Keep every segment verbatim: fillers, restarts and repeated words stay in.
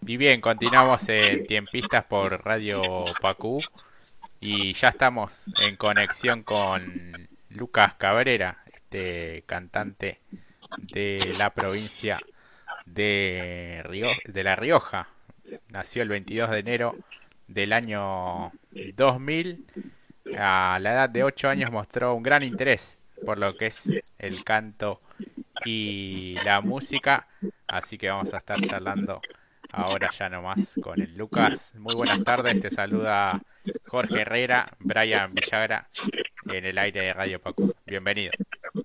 Y bien, continuamos en Tiempistas por Radio Pacú y ya estamos en conexión con Lucas Cabrera, este cantante de la provincia de Rio- de La Rioja. Nació el veintidós de enero del año dos mil. A la edad de ocho años mostró un gran interés por lo que es el canto y la música, así que vamos a estar charlando ahora ya nomás con el Lucas. Muy buenas tardes, te saluda Jorge Herrera, Brian Villagra en el aire de Radio Pacu. Bienvenido.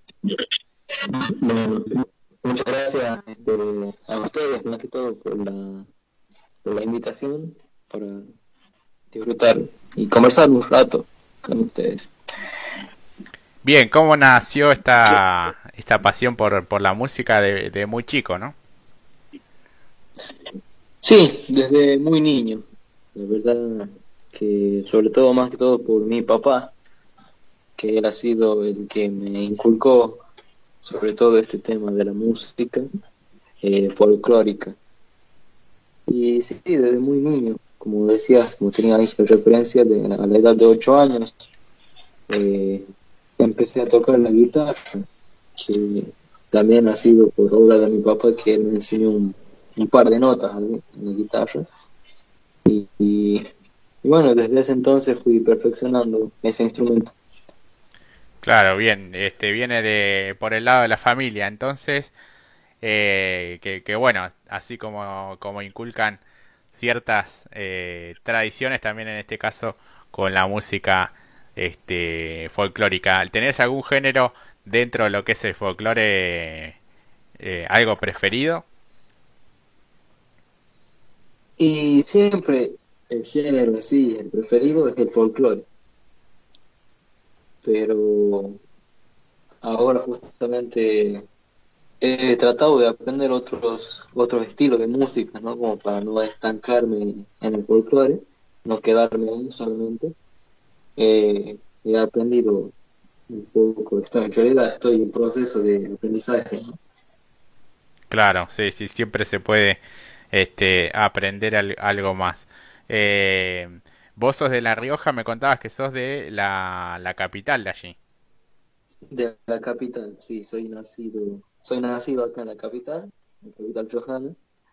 Bueno, muchas gracias este, a ustedes, más que todo, por la, por la invitación, para disfrutar y conversar un rato con ustedes. Bien, ¿cómo nació esta, esta pasión por, por la música de, de muy chico, no? Sí, desde muy niño, la verdad que sobre todo, más que todo, por mi papá, que él ha sido el que me inculcó sobre todo este tema de la música eh, folclórica. Y sí, desde muy niño, como decía, como tenía ahí la referencia, de, a la edad de ocho años, eh, empecé a tocar la guitarra, que también ha sido por obra de mi papá, que él me enseñó un, un par de notas en la guitarra. Y, y, y bueno, desde ese entonces fui perfeccionando ese instrumento. Claro, bien, este viene de por el lado de la familia, entonces eh, que, que bueno, así como, como inculcan ciertas eh, tradiciones también en este caso con la música este folclórica. ¿Tenés algún género dentro de lo que es el folclore, eh, algo preferido? Y siempre el género así, el preferido es el folclore, pero ahora justamente he tratado de aprender otros otros estilos de música, ¿no? Como para no estancarme en el folclore, no quedarme ahí solamente. Eh, he aprendido un poco, estoy, en realidad estoy en proceso de aprendizaje, ¿no? Claro, sí, sí, siempre se puede este aprender al- algo más. Eh, Vos sos de La Rioja, me contabas que sos de la, la capital de allí. De la capital, sí, soy nacido, soy nacido acá en la capital, en la capital riojana,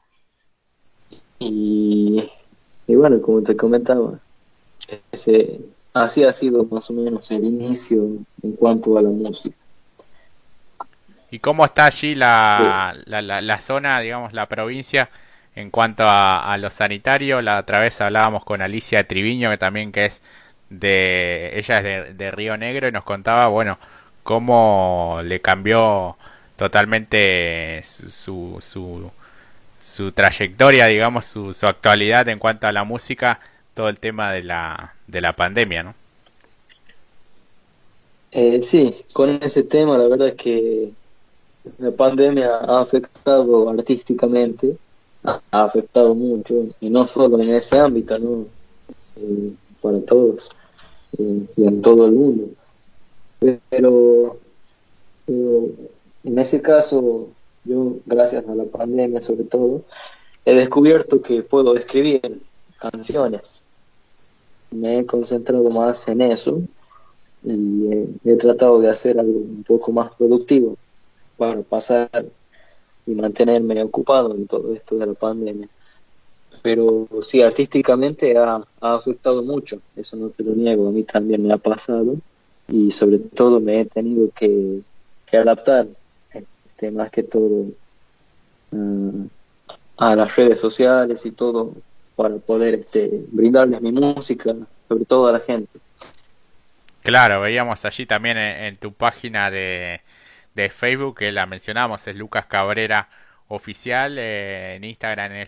y, y bueno, como te comentaba, ese, así ha sido más o menos el inicio en cuanto a la música. ¿Y cómo está allí Eh, la, la, la, la zona, digamos, la provincia en cuanto a, a lo sanitario? La otra vez hablábamos con Alicia Triviño, que también que es de, ella es de, de Río Negro y nos contaba, bueno, cómo le cambió totalmente su, su, su, su trayectoria, digamos, su, su actualidad en cuanto a la música, todo el tema de la, de la pandemia, ¿no? eh, sí, con ese tema la verdad es que la pandemia ha afectado artísticamente, ha, ha afectado mucho, y no solo en ese ámbito, ¿no? Eh, para todos, eh, y en todo el mundo. Pero, pero en ese caso, yo, gracias a la pandemia sobre todo, he descubierto que puedo escribir canciones. Me he concentrado más en eso y eh, he tratado de hacer algo un poco más productivo para pasar y mantenerme ocupado en todo esto de la pandemia. Pero sí, artísticamente ha, ha afectado mucho, eso no te lo niego, a mí también me ha pasado y sobre todo me he tenido que, que adaptar, este, más que todo uh, a las redes sociales y todo para poder este, brindarles mi música, sobre todo a la gente. Claro, veíamos allí también en, en tu página de, de Facebook, que la mencionamos, es Lucas Cabrera Oficial, eh, en Instagram es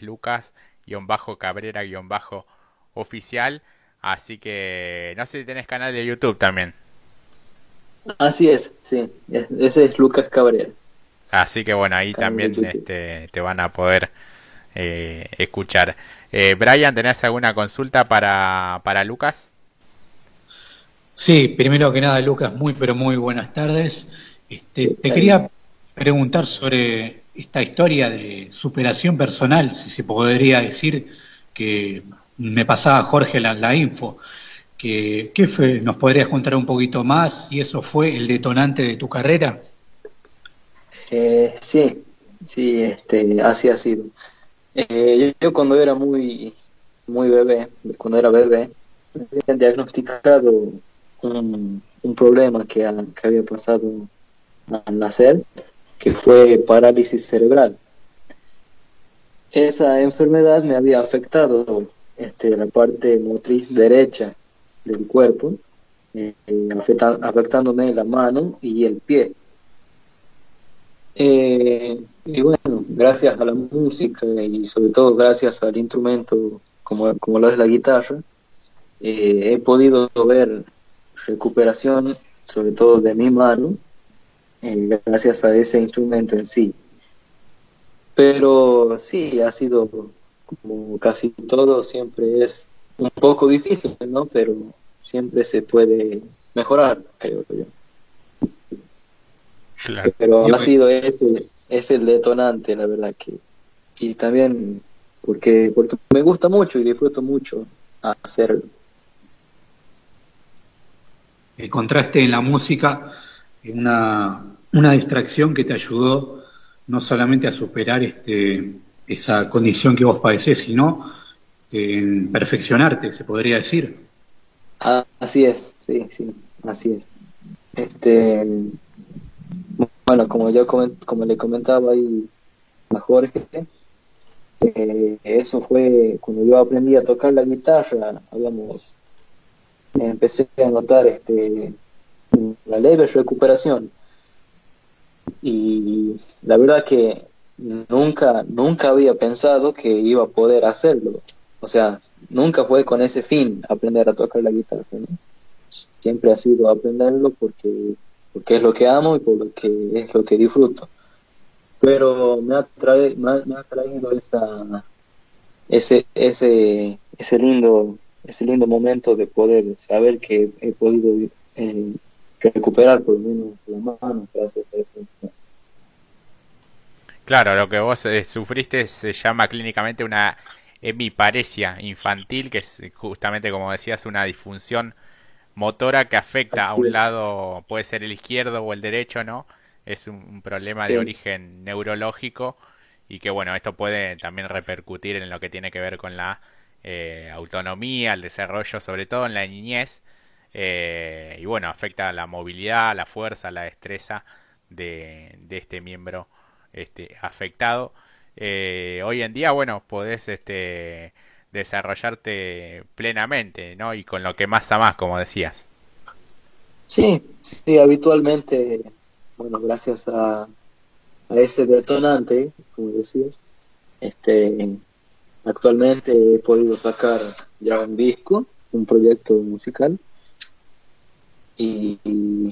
Lucas-Cabrera-Oficial, así que no sé si tenés canal de YouTube también, Así es, sí, es- ese es Lucas Cabrera, así que bueno, ahí canal de también YouTube. este, te van a poder eh, escuchar. Eh, Brian, ¿tenés alguna consulta para, para Lucas? Sí, primero que nada, Lucas, muy pero muy buenas tardes. Este, ¿Qué te tal? quería preguntar sobre esta historia de superación personal, si se podría decir, que me pasaba Jorge la, la info. Que, ¿Qué fue? ¿Nos podrías contar un poquito más? ¿Y eso fue el detonante de tu carrera? Eh, sí, sí, este, así ha sido. Eh, yo, yo cuando era muy, muy bebé, cuando era bebé, me habían diagnosticado un, un problema que, a- que había pasado al nacer, que fue parálisis cerebral. Esa enfermedad me había afectado este, la parte motriz derecha del cuerpo, eh, afecta- afectándome la mano y el pie. Eh, y bueno, gracias a la música y sobre todo gracias al instrumento como, como lo es la guitarra, eh, he podido ver recuperación, sobre todo de mi mano, eh, gracias a ese instrumento en sí. Pero sí, ha sido como casi todo, siempre es un poco difícil, ¿no? Pero siempre se puede mejorar, creo yo. Claro. Pero Y ha pues, sido ese, es el detonante, la verdad que. Y también porque, porque me gusta mucho y disfruto mucho hacerlo. encontraste en la música una, una distracción que te ayudó no solamente a superar este, esa condición que vos padecés, sino en perfeccionarte, se podría decir. Ah, así es, sí, sí, así es. Este, bueno, como yo coment- como le comentaba ahí a Jorge, eh, eso fue cuando yo aprendí a tocar la guitarra, habíamos, empecé a notar este, una leve recuperación y la verdad que nunca, nunca había pensado que iba a poder hacerlo. O sea, nunca fue con ese fin aprender a tocar la guitarra, ¿no? Siempre ha sido aprenderlo porque, porque es lo que amo y por lo que es lo que disfruto. Pero me ha, trae, me ha, me ha traído esa, ese, ese, ese lindo, ese lindo momento de poder saber que he podido eh, recuperar por lo menos la mano gracias a eso. Claro, lo que vos eh, sufriste se llama clínicamente una hemiparesia infantil, que es justamente como decías una disfunción motora que afecta a Así un es. lado, puede ser el izquierdo o el derecho, ¿no? Es un, un problema de Sí, origen neurológico y que bueno, esto puede también repercutir en lo que tiene que ver con la eh, autonomía, el desarrollo, sobre todo en la niñez, eh, y bueno, afecta la movilidad, la fuerza, la destreza de, de este miembro este, afectado. Eh, hoy en día, bueno, podés este, desarrollarte plenamente, ¿no? Y con lo que más amás, como decías. sí, sí, habitualmente, bueno, gracias a, a ese detonante, como decías, este, actualmente he podido sacar ya un disco, un proyecto musical, y, y,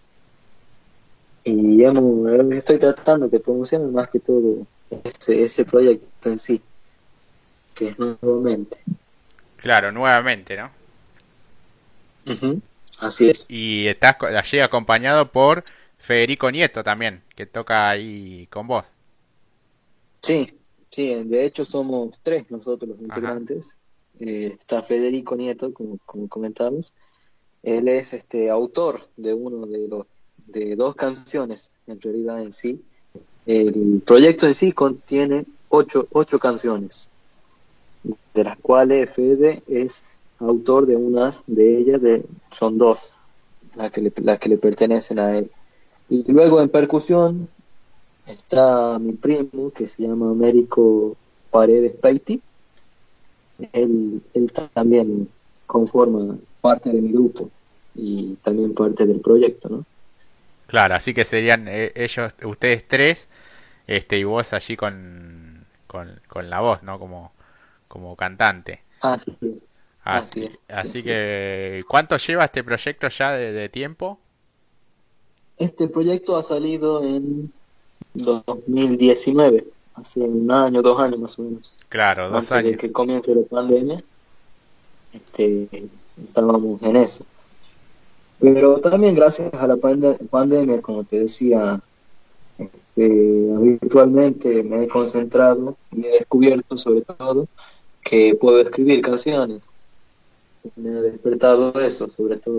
y hemos- estoy tratando de promocionar más que todo ese, ese proyecto en sí, que es nuevamente. Claro, nuevamente, ¿no? Ujú, así es. Y estás co- allí acompañado por Federico Nieto también, que toca ahí con vos. Sí, sí, de hecho somos tres nosotros los Ajá. integrantes. Eh, está Federico Nieto, como, como comentamos. Él es este autor de uno de los de dos canciones, en realidad en sí. El proyecto en sí contiene ocho, ocho canciones, de las cuales Fede es autor de unas de ellas, de, son dos las que le, las que le pertenecen a él. Y luego en percusión está mi primo, que se llama Américo Paredes Peiti. Él, él también conforma parte de mi grupo y también parte del proyecto, ¿no? Claro, así que serían eh, ellos, ustedes tres, este, y vos allí con, con, con la voz, ¿no? Como, como cantante. Así es, así Así, es, así así es. que, ¿cuánto lleva este proyecto ya de, de tiempo? Este proyecto ha salido en dos mil diecinueve, hace un año, dos años más o menos, Claro, dos antes de años. que comience la pandemia, este, estábamos en eso. Pero también gracias a la pande- pandemia, como te decía, Eh, habitualmente me he concentrado y he descubierto sobre todo que puedo escribir canciones. Me ha despertado eso sobre todo.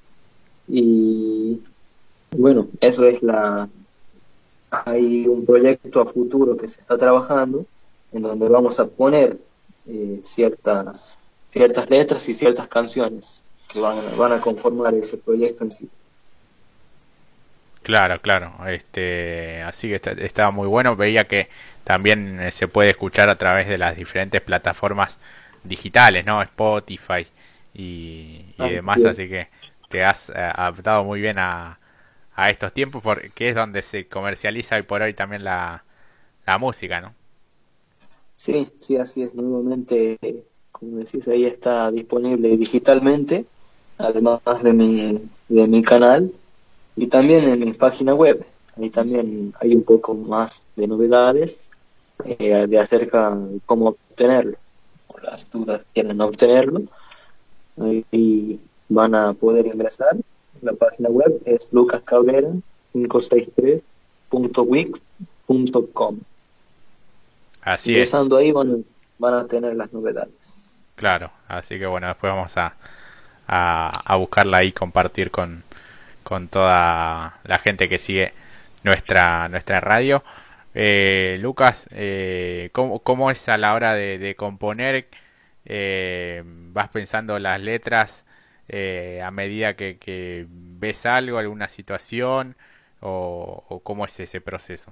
Y bueno, eso es la... Hay un proyecto a futuro que se está trabajando en donde vamos a poner eh, ciertas, ciertas letras y ciertas canciones que van, a- van a conformar ese proyecto en sí. Claro, claro. Este, así que está, estaba muy bueno. Veía que también eh, se puede escuchar a través de las diferentes plataformas digitales, ¿no? Spotify y, y Ah, demás. bien. Así que te has eh, adaptado muy bien a, a estos tiempos porque es donde se comercializa hoy por hoy también la, la música, ¿no? Sí, sí, así es. Nuevamente, como decís, ahí está disponible digitalmente, además de mi, de mi canal y también en mi página web. Ahí también hay un poco más de novedades eh, de acerca de cómo obtenerlo. Por las dudas quieren obtenerlo, ahí van a poder ingresar. La página web es lucas cabrera quinientos sesenta y tres punto wix punto com. Así es, Ingresando ahí van, a- van a tener las novedades. claro. Así que bueno, después vamos a, a, a buscarla y compartir con, con toda la gente que sigue nuestra, nuestra radio. Eh, Lucas, eh, ¿cómo, cómo es a la hora de, de componer? Eh, ¿vas pensando las letras eh, a medida que, que ves algo, alguna situación? ¿O, o cómo es ese proceso?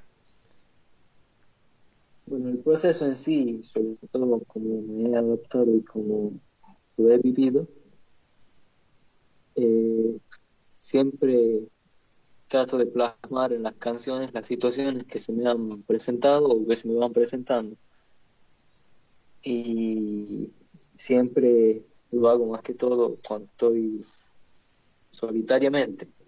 Bueno, el proceso en sí, sobre todo como me he adaptado y como lo he vivido, eh, siempre trato de plasmar en las canciones las situaciones que se me han presentado o que se me van presentando. Y siempre lo hago más que todo cuando estoy solitariamente.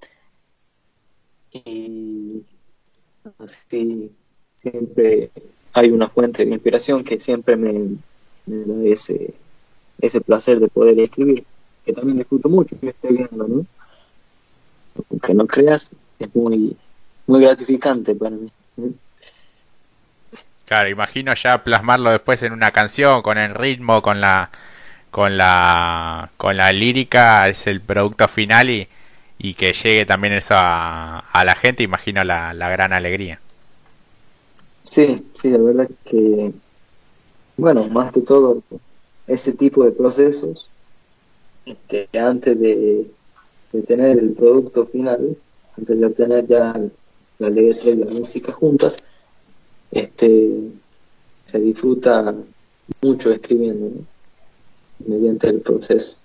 Y así siempre hay una fuente de inspiración que siempre me, me da ese, ese placer de poder escribir, que también disfruto mucho escribiendo, ¿no? Aunque no creas, es muy, muy gratificante para mí. ¿Eh? Claro, imagino ya plasmarlo después en una canción, con el ritmo, con la, con la, con la lírica, es el producto final y, y que llegue también eso a, a la gente, imagino la, la gran alegría. Sí, sí, la verdad que, bueno, más que todo, ese tipo de procesos, este, antes de, de tener el producto final, antes de obtener ya la letra y la música juntas, este, se disfruta mucho escribiendo, ¿no? Mediante el proceso.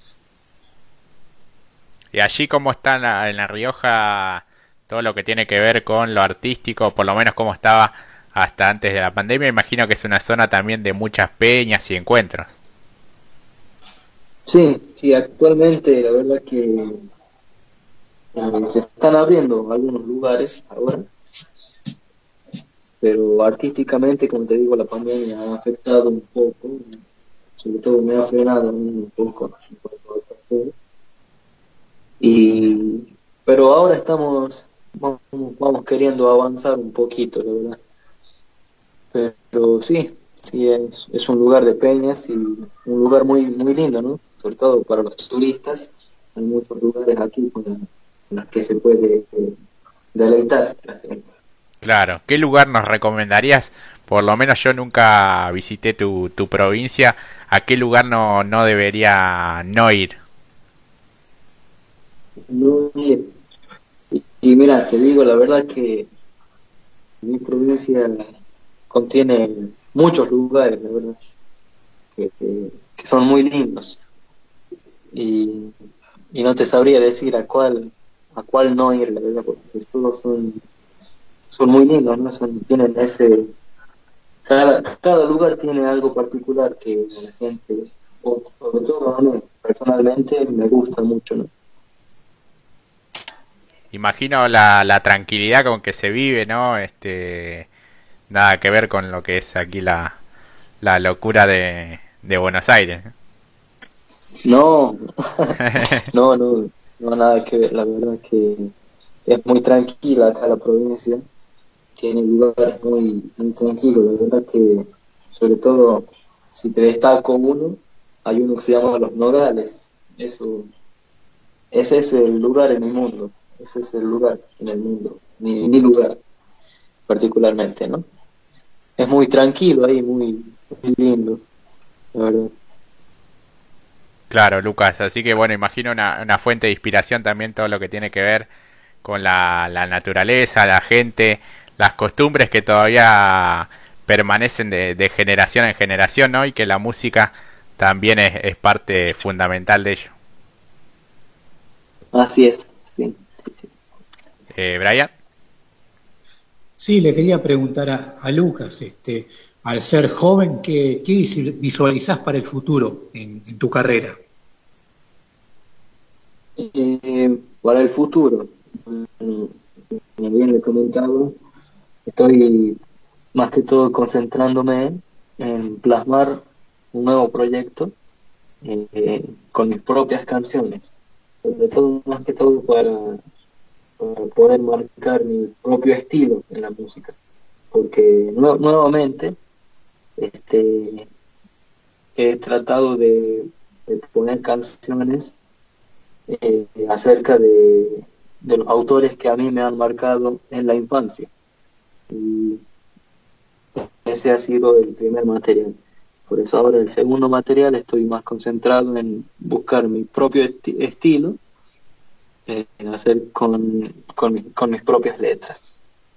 Y allí cómo está en la, en la Rioja todo lo que tiene que ver con lo artístico, por lo menos cómo estaba hasta antes de la pandemia, imagino que es una zona también de muchas peñas y encuentros. Sí, sí, actualmente la verdad que eh, se están abriendo algunos lugares ahora, pero artísticamente, como te digo, la pandemia ha afectado un poco, sobre todo me ha frenado a mí un poco en cuanto a hacer. Y, pero ahora estamos, vamos, vamos queriendo avanzar un poquito, la verdad. Pero sí, sí, es, es un lugar de peñas y un lugar muy, muy lindo, ¿no? Sobre todo para los turistas. Hay muchos lugares aquí con, con los que se puede eh, deleitar la gente. Claro, ¿qué lugar nos recomendarías? Por lo menos yo nunca visité tu, tu provincia. ¿A qué lugar no, no debería no ir? No, y, y mira, te digo la verdad que mi provincia contiene muchos lugares, la verdad, que, que- que son muy lindos. Y, y no te sabría decir a cuál, a cuál no ir, la verdad, porque todos son, son muy lindos, ¿no? Son, tienen ese, cada, cada lugar tiene algo particular que a la gente, o sobre todo a mí, personalmente, me gusta mucho, ¿no? Imagino la, la tranquilidad con que se vive, ¿no? Este, nada que ver con lo que es aquí la, la locura de, de Buenos Aires. No, no, no, no nada que ver, la verdad que es muy tranquila acá la provincia. tiene lugares muy, muy tranquilos. La verdad que, sobre todo, si te destaco uno, hay uno que se llama Los Nogales. Eso, ese es el lugar en el mundo. Ese es el lugar en el mundo. Mi, mi lugar, particularmente, ¿no? Es muy tranquilo ahí, muy, muy lindo, la verdad. Claro, Lucas. Así que bueno, imagino una, una fuente de inspiración también todo lo que tiene que ver con la, la naturaleza, la gente, las costumbres que todavía permanecen de, de generación en generación, ¿no? Y que la música también es, es parte fundamental de ello. Así es, sí, sí, sí. Eh, Brian. Sí, le quería preguntar a, a Lucas, este, al ser joven, ¿qué, qué visualizás para el futuro en, en tu carrera? Eh, para el futuro, mm, como bien le comentaba, estoy más que todo concentrándome en plasmar un nuevo proyecto eh, con mis propias canciones, sobre todo más que todo para, para poder marcar mi propio estilo en la música, porque nue- nuevamente este, he tratado de, de poner canciones eh, acerca de, de los autores que a mí me han marcado en la infancia. Y ese ha sido el primer material. Por eso ahora el segundo material estoy más concentrado en buscar mi propio esti- estilo, eh, en hacer con, con, mi- con mis propias letras.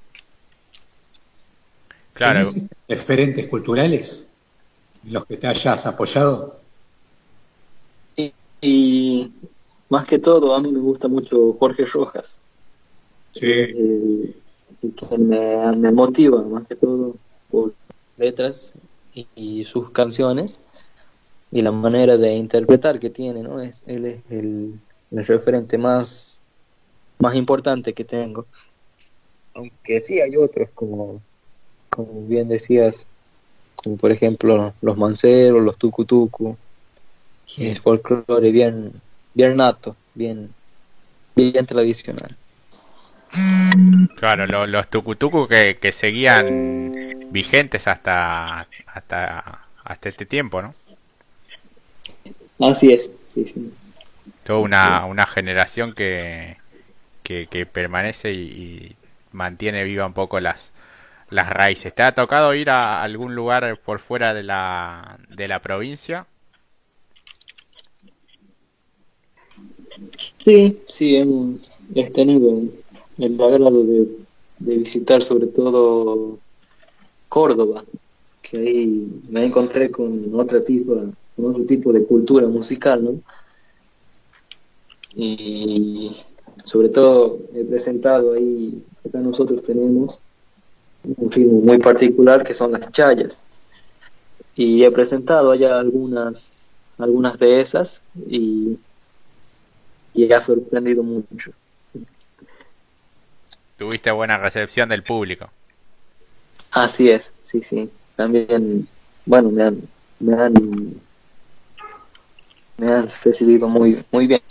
Claro, ¿Tenés referentes culturales en los que te hayas apoyado? Y, y más que todo, a mí me gusta mucho Jorge Rojas, Sí, el, el que me, me motiva más que todo por letras y, y sus canciones y la manera de interpretar que tiene, ¿no? Es, él es el, el referente más, más importante que tengo. Aunque sí hay otros, como, como bien decías, como por ejemplo los Manceros, los Tucutucu, que es sí. folclore bien, bien nato, bien, bien tradicional. claro, lo- los tucutucu que, que seguían vigentes hasta, hasta, hasta este tiempo, ¿no? Así es, sí, sí. Toda una, una generación que, que, que permanece y, y mantiene viva un poco las, las raíces. ¿Te ha tocado ir a algún lugar por fuera de la, de la provincia? Sí, sí, hemos, he tenido el agrado de, de visitar sobre todo Córdoba, que ahí me encontré con otro tipo, con otro tipo de cultura musical, ¿no? Y sobre todo he presentado ahí, acá nosotros tenemos un ritmo muy particular que son las chayas, y he presentado allá algunas, algunas de esas y, y ha sorprendido mucho. Tuviste buena recepción del público. Así es, sí, sí. También, bueno, me han, me han, me han recibido muy, muy bien,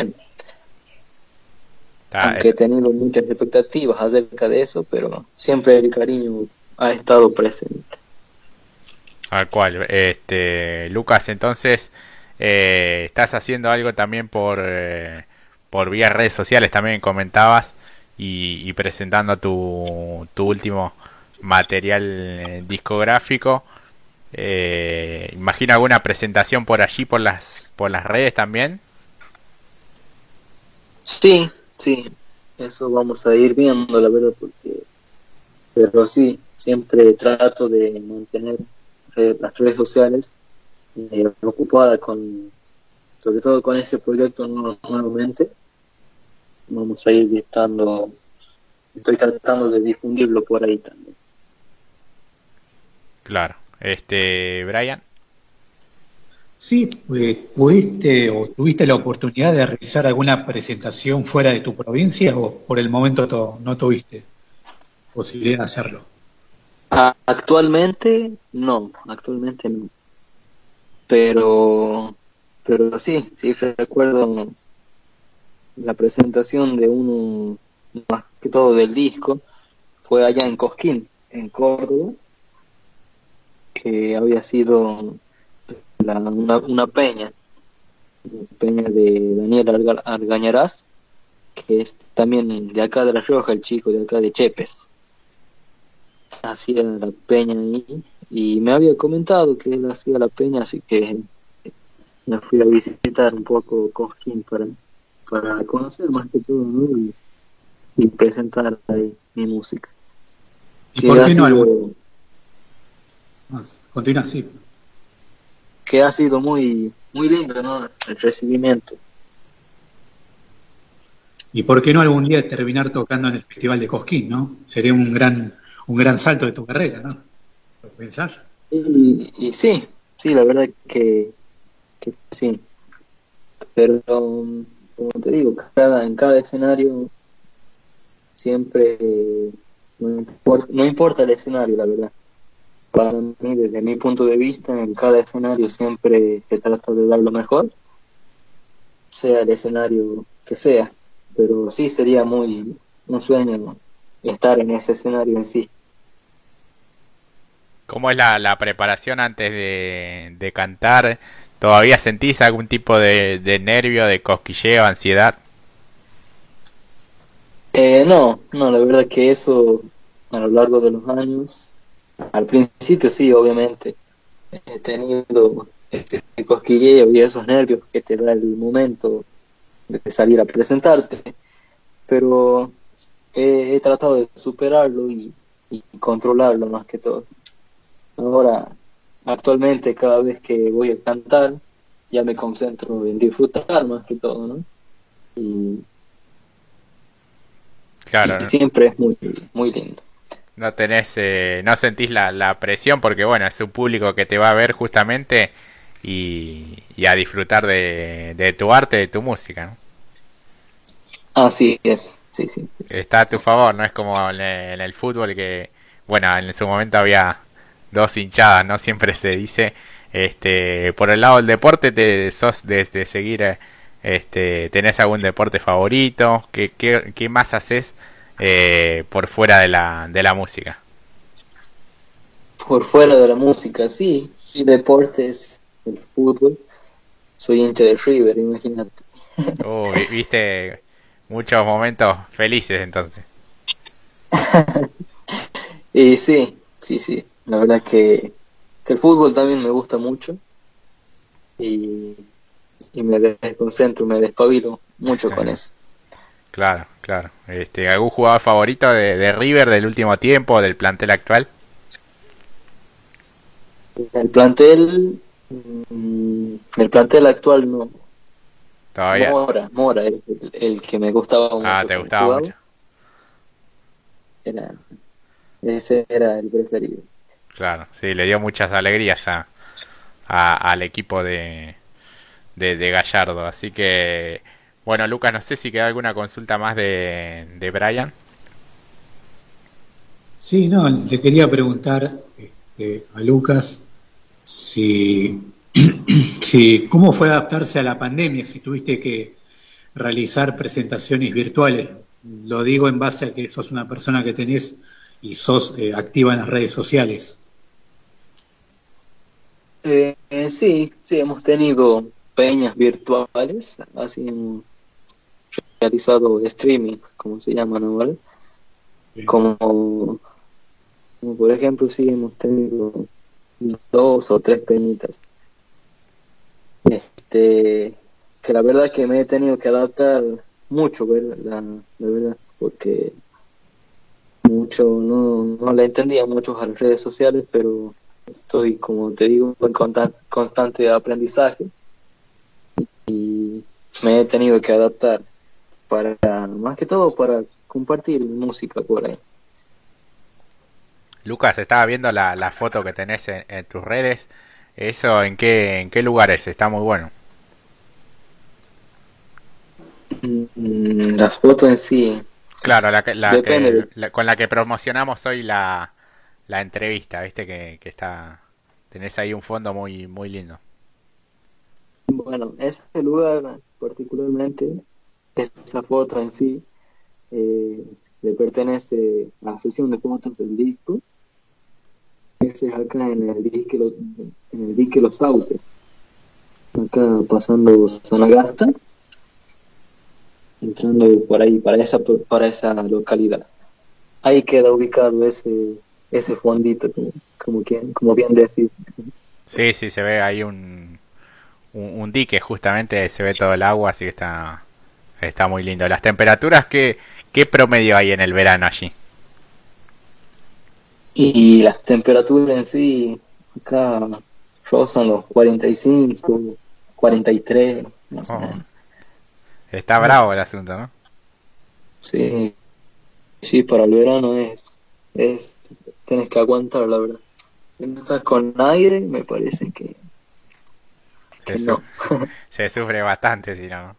Está, aunque he tenido muchas expectativas acerca de eso, pero siempre el cariño ha estado presente. Al cual, este, Lucas, entonces, eh, estás haciendo algo también por, eh, por vía redes sociales, también comentabas, y, y presentando tu, tu último material eh, discográfico. Eh, imagino alguna presentación por allí, por las, por las redes también. Sí, sí, eso vamos a ir viendo, la verdad, porque, pero sí, siempre trato de mantener re- las redes sociales eh, ocupadas con, sobre todo con ese proyecto nuevo- nuevamente. Vamos a ir estando, estoy tratando de difundirlo por ahí también. Claro. Este, Brian. Sí, pues, ¿pudiste o tuviste la oportunidad de realizar alguna presentación fuera de tu provincia o por el momento to- no tuviste posibilidad de hacerlo? A- actualmente no, actualmente no, pero, pero sí, sí recuerdo la presentación de uno, más que todo del disco, fue allá en Cosquín, en Córdoba, que había sido la- una, una peña, una peña de Daniel Arga- Argañarás, que es también de acá de La Rioja, el chico de acá de Chepes. Hacía la peña ahí y me había comentado que él hacía la peña, así que me fui a visitar un poco Cosquín para, para conocer más que todo, ¿no? y, y presentar ahí mi música. ¿Y Que por ha qué no algún sido, más? Continúa, sí. que ha sido muy, muy lindo, ¿no? El recibimiento. ¿Y por qué no algún día terminar tocando en el Festival de Cosquín, ¿no? Sería un gran, un gran salto de tu carrera, ¿no? ¿Lo pensás? Y, y sí, sí, la verdad que, que sí. Pero, um, como te digo, cada, en cada escenario siempre, eh, no importa, no importa el escenario, la verdad. Para mí, desde mi punto de vista, en cada escenario siempre se trata de dar lo mejor, sea el escenario que sea. Pero sí sería muy un sueño, ¿no? Estar en ese escenario en sí. ¿Cómo es la, la preparación antes de, de cantar? ¿Todavía sentís algún tipo de, de nervio, de cosquilleo, ansiedad? Eh, no, no, la verdad que eso a lo largo de los años, al principio sí, obviamente, he tenido este cosquilleo y esos nervios que te da el momento de salir a presentarte, pero he, he tratado de superarlo y, y controlarlo más que todo. Ahora, actualmente cada vez que voy a cantar, ya me concentro en disfrutar más que todo, ¿no? Y, Claro, y ¿no? siempre es muy, muy lindo. No tenés, eh, no sentís la, la presión porque bueno, es un público que te va a ver justamente y, y a disfrutar de, de tu arte, de tu música, ¿no? Así es, sí, sí. Está a tu favor, no es como en el, en el fútbol que, bueno, en su momento había dos hinchadas, ¿no? Siempre se dice, este, por el lado del deporte, te sos de, de seguir, eh, este, ¿tenés algún deporte favorito? ¿Qué, qué, qué más haces eh, por fuera de la, de la música? Por fuera de la música, sí, y deportes, el fútbol, soy hincha de River, imagínate. Uh, vi- viste muchos momentos felices entonces. Y sí, sí, sí, la verdad que, que el fútbol también me gusta mucho y, y me desconcentro, me despabilo mucho con eso. Claro, claro. Este, ¿algún jugador favorito de, de River del último tiempo, del plantel actual? El plantel, mm, el plantel actual no, Todavía. Mora, Mora, el, el- el que me gustaba Ah, mucho te cuando gustaba jugaba, mucho. era, ese era el preferido. Claro, sí, le dio muchas alegrías a, a- al equipo de, de, de Gallardo. Así que, bueno, Lucas, no sé si queda alguna consulta más de, de Brian. Sí, no, le quería preguntar este, a Lucas si, si cómo fue adaptarse a la pandemia, si tuviste que realizar presentaciones virtuales. Lo digo en base a que sos una persona que tenés y sos eh, activa en las redes sociales. Eh, eh, sí, sí, hemos tenido peñas virtuales, así hemos realizado streaming, como se llama, ¿no? ¿Vale? Eh, Como, como por ejemplo, sí, hemos tenido dos o tres peñitas. Este, que la verdad que me he tenido que adaptar mucho, ¿verdad? La, la verdad, porque mucho no, no le entendía mucho a las redes sociales, pero estoy, como te digo, en conta- constante aprendizaje y me he tenido que adaptar para, más que todo, para compartir música por ahí. Lucas, estaba viendo la, la foto que tenés en, en tus redes. ¿Eso en qué, en qué lugares? Está muy bueno. Mm, Las fotos en sí, Claro, la que, la depende que, de, la- con la que promocionamos hoy la, la entrevista, viste que, que está, tenés ahí un fondo muy, muy lindo. bueno, ese lugar particularmente, esa foto en sí, eh, le pertenece a la sesión de fotos del disco Ese es acá en el dique Los, en el dique Los Sauces, acá pasando Sonagasta, entrando por ahí, para esa, para esa localidad. Ahí queda ubicado ese, ese fondito, como, como, quien, como bien decís. Sí, sí, se ve ahí un, un, un dique, justamente se ve todo el agua, así que está, está muy lindo. Las temperaturas, ¿qué, qué promedio hay en el verano allí? Y las temperaturas en sí, acá rozan los cuarenta y cinco, cuarenta y tres, más o Oh, menos. está bravo el asunto, ¿no? Sí, sí, para el verano es, es, tienes que aguantar, la verdad. Si no estás con aire, me parece que, Se, que su- no. se sufre bastante, si no.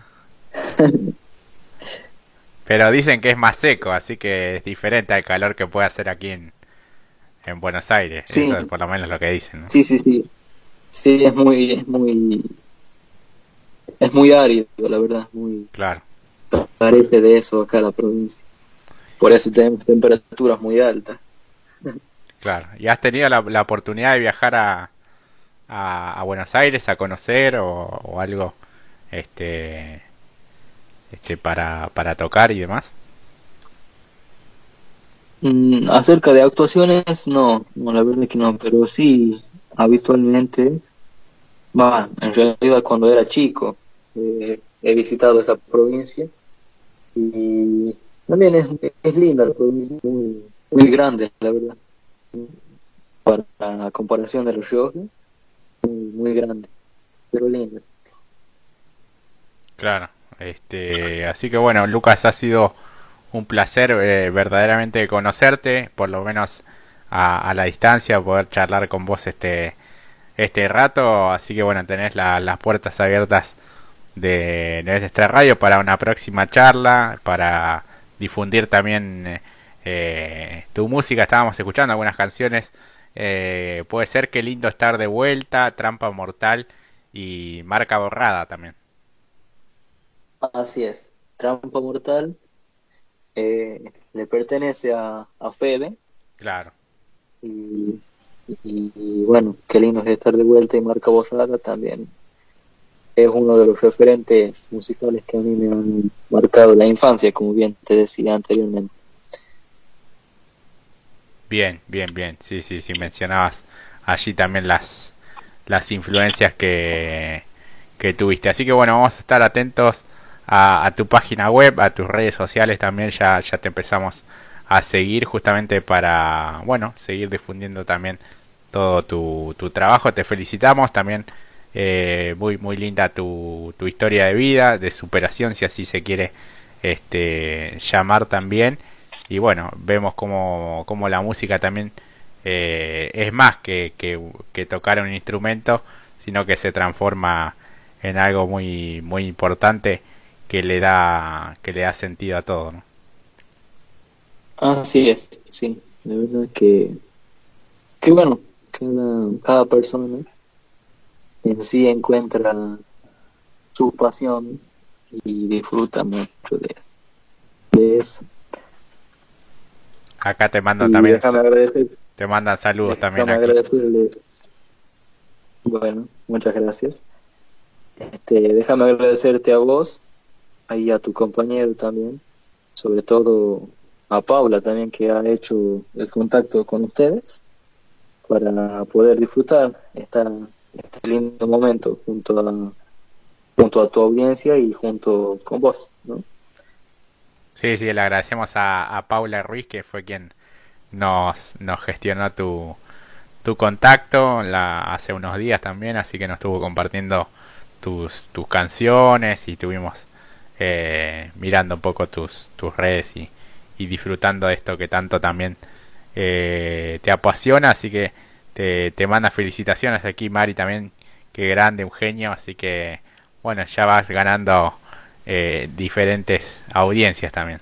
Pero dicen que es más seco, así que es diferente al calor que puede hacer aquí en, en Buenos Aires. Sí, Eso es por lo menos lo que dicen, ¿no? sí, sí, sí. Sí, es muy, es muy, es muy árido, la verdad, muy, Claro, parece de eso acá la provincia. Por eso tenemos temperaturas muy altas. claro. ¿Y has tenido la, la oportunidad de viajar a, a, a Buenos Aires a conocer o, o algo este, este para, para tocar y demás? Mm, acerca de actuaciones, no, no, la verdad que no, pero sí, habitualmente, va, en realidad cuando era chico, eh, he visitado esa provincia y también es, es linda la provincia, muy, muy grande, la verdad, para la comparación de Los Rioja, muy, muy grande, pero linda. Claro. Este, así que bueno, Lucas, ha sido un placer eh, verdaderamente conocerte, por lo menos a, a la distancia, poder charlar con vos este, este rato. Así que bueno, tenés la- las puertas abiertas de, de nuestra radio para una próxima charla, para difundir también eh, eh, tu música. Estábamos escuchando algunas canciones. Eh, puede ser que lindo estar de vuelta, Trampa Mortal y Marca Borrada también. Así es, Trampa Mortal eh, le pertenece a, a Fede Claro. y, y, y bueno, qué lindo es estar de vuelta y Marca Borrada también es uno de los referentes musicales que a mí me han marcado la infancia, como bien te decía anteriormente. Bien, bien, bien. Sí, sí, sí. Mencionabas allí también las, las influencias que, que tuviste. Así que bueno, vamos a estar atentos a, a tu página web, a tus redes sociales también. Ya, ya te empezamos a seguir justamente para, bueno, seguir difundiendo también todo tu, tu trabajo. Te felicitamos también. Eh, muy, muy linda tu, tu historia de vida, de superación, si así se quiere este, llamar también. Y bueno, vemos como, como la música también eh, es más que, que, que tocar un instrumento, sino que se transforma en algo muy, muy importante que le da, que le da sentido a todo, ¿no? Así es, sí, la verdad que, que bueno, cada, cada persona en sí encuentra su pasión y disfruta mucho de, de eso. Acá te mandan Y también, déjame agradecer, te mandan saludos también déjame aquí. agradecerle, bueno, muchas gracias. Este, déjame agradecerte a vos, ahí a tu compañero también, sobre todo a Paula también que ha hecho el contacto con ustedes para poder disfrutar esta, este lindo momento junto a, junto a tu audiencia y junto con vos, ¿no? Sí, sí, le agradecemos a, a Paula Ruiz, que fue quien nos, nos gestionó tu, tu contacto la, hace unos días también, así que nos estuvo compartiendo tus, tus canciones y estuvimos eh, mirando un poco tus, tus redes y, y disfrutando de esto que tanto también eh, te apasiona, así que te, te manda felicitaciones aquí Mari también, que grande, un genio, así que bueno, ya vas ganando eh, diferentes audiencias también.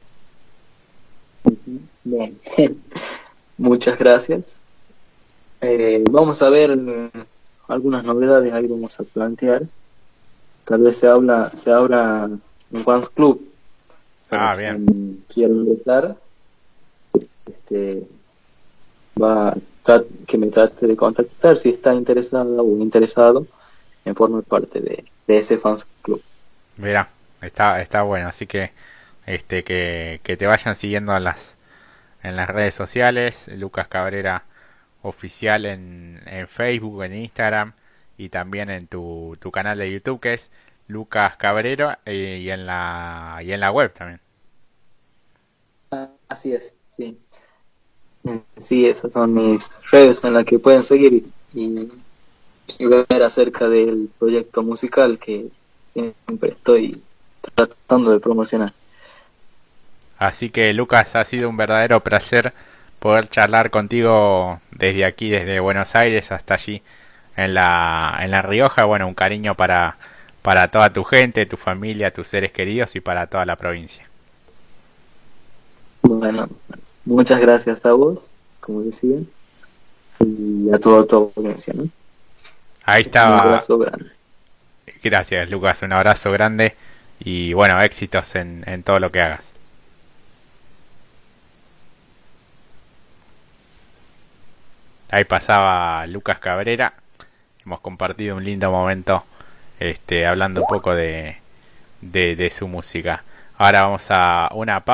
Bien. Muchas gracias. Eh, vamos a ver eh, algunas novedades ahí vamos a plantear. Tal vez se habla, se abra un fans club para Ah, bien. quien quiera ingresar. Este, va, tra- que me trate de contactar si está interesado o interesado en formar parte de, de ese fans club. Mira, está, está bueno, así que este que, que te vayan siguiendo en las en las redes sociales, Lucas Cabrera oficial en, en Facebook, en Instagram y también en tu, tu canal de YouTube que es Lucas Cabrero eh, y en la y en la web también. Ah, así es, sí. Sí, esas son mis redes en las que pueden seguir y, y ver acerca del proyecto musical que siempre estoy tratando de promocionar. Así que Lucas, ha sido un verdadero placer poder charlar contigo desde aquí, desde Buenos Aires hasta allí en la, en La Rioja. Bueno, un cariño para, para toda tu gente, tu familia, tus seres queridos y para toda la provincia. Bueno, muchas gracias a vos, como decía, y a toda tu audiencia, ¿no? Ahí Un estaba. abrazo grande. Gracias, Lucas. Un abrazo grande y bueno, éxitos en, en todo lo que hagas. Ahí pasaba Lucas Cabrera. Hemos compartido un lindo momento este, hablando un poco de, de, de su música. Ahora vamos a una pausa.